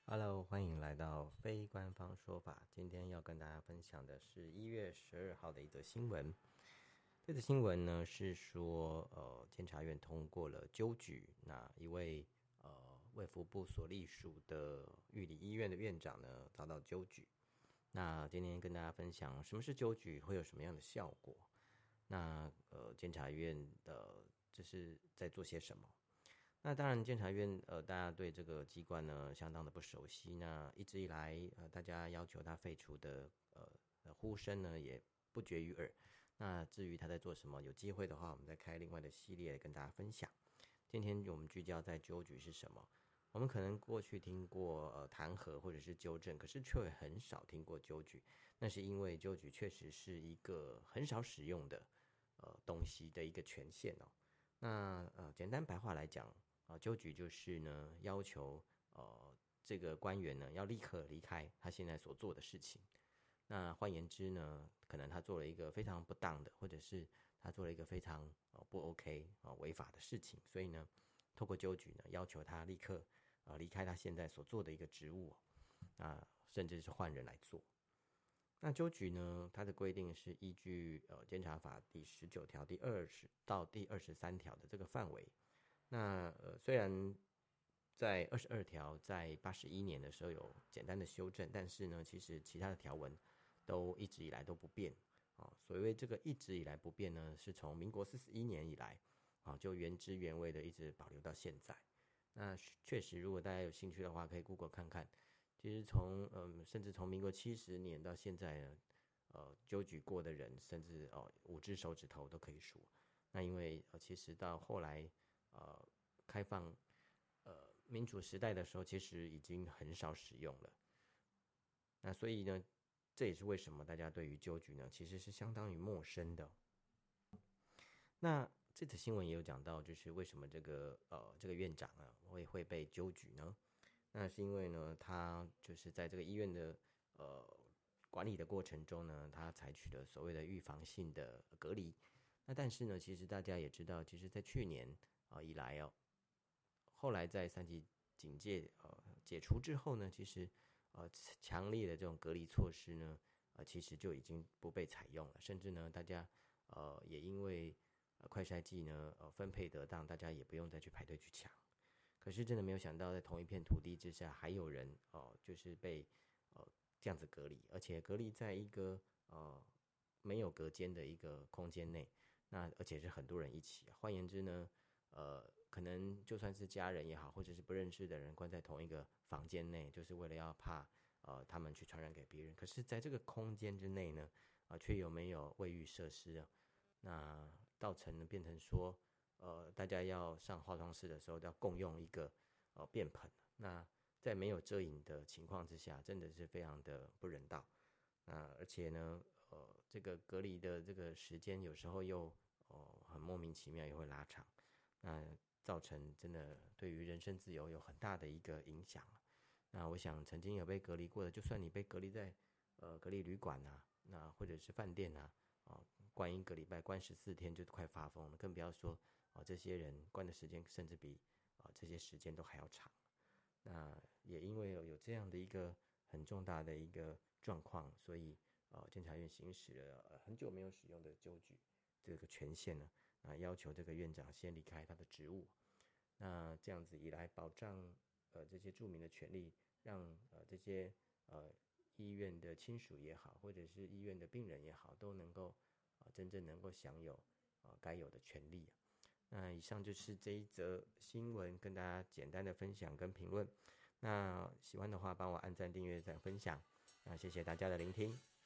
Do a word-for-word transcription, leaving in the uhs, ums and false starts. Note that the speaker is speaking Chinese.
Hello，欢迎来到非官方说法。今天要跟大家分享的是一月十二号的一则新闻。这则新闻呢是说，呃，监察院通过了纠举，那一位呃卫福部所隶属的玉里医院的院长呢遭到纠举。那今天跟大家分享什么是纠举，会有什么样的效果？那呃，监察院的这是在做些什么？那当然，监察院呃，大家对这个机关呢相当的不熟悉。那一直以来呃，大家要求他废除的呃呃呼声呢也不绝于耳。那至于他在做什么，有机会的话，我们再开另外的系列跟大家分享。今天我们聚焦在纠举是什么？我们可能过去听过呃弹劾或者是纠正，可是却很少听过纠举。那是因为纠举确实是一个很少使用的呃东西的一个权限哦。那呃简单白话来讲。啊，纠举就是呢，要求呃这个官员呢要立刻离开他现在所做的事情。那换言之呢，可能他做了一个非常不当的，或者是他做了一个非常呃不 OK 啊、呃、违法的事情，所以呢，透过纠举呢，要求他立刻呃离开他现在所做的一个职务，那甚至是换人来做。那纠举呢，它的规定是依据呃监察法第十九条第二十到第二十三条的这个范围。那呃，虽然在二十二条在八十一年的时候有简单的修正，但是呢，其实其他的条文都一直以来都不变啊。所谓这个一直以来不变呢，是从民国四十一年以来啊，就原汁原味的一直保留到现在。那确实，如果大家有兴趣的话，可以 Google 看看。其实从嗯，甚至从民国七十年到现在呢，呃，纠举过的人，甚至哦五只手指头都可以数。那因为呃，其实到后来。呃，开放呃民主时代的时候，其实已经很少使用了。那所以呢，这也是为什么大家对于纠举呢，其实是相当于陌生的。那这次新闻也有讲到，就是为什么这个呃这个院长啊会会被纠举呢？那是因为呢，他就是在这个医院的呃管理的过程中呢，他采取了所谓的预防性的隔离。那但是呢，其实大家也知道，其实在去年啊、呃、以来哦，后来在三级警戒呃解除之后呢，其实呃强烈的这种隔离措施呢，呃其实就已经不被采用了，甚至呢大家呃也因为呃快筛剂呢呃分配得当，大家也不用再去排队去抢。可是真的没有想到，在同一片土地之下，还有人哦、呃、就是被呃这样子隔离，而且隔离在一个呃没有隔间的一个空间内，那而且是很多人一起。换言之呢，呃。可能就算是家人也好，或者是不认识的人关在同一个房间内，就是为了要怕呃他们去传染给别人。可是，在这个空间之内呢，啊、呃，却有没有卫浴设施啊？那造成呢变成说，呃，大家要上化妆室的时候要共用一个呃便盆。那在没有遮隐的情况之下，真的是非常的不人道。那而且呢，呃，这个隔离的这个时间有时候又哦、呃、很莫名其妙，也会拉长。那造成真的对于人身自由有很大的一个影响。那我想曾经有被隔离过的，就算你被隔离在呃隔离旅馆啊，那或者是饭店啊，啊、呃、关一个礼拜，关十四天就快发疯了，更不要说啊、呃、这些人关的时间甚至比啊、呃、这些时间都还要长。那也因为有有这样的一个很重大的一个状况，所以呃监察院行使了、呃、很久没有使用的纠举这个权限呢，啊、呃、要求这个院长先离开他的职务。那这样子以来保障呃这些著名的权利，让呃这些呃医院的亲属也好，或者是医院的病人也好，都能够啊、呃、真正能够享有啊、呃、该有的权利。那以上就是这一则新闻跟大家简单的分享跟评论。那喜欢的话，帮我按赞、订阅、再分享。那谢谢大家的聆听。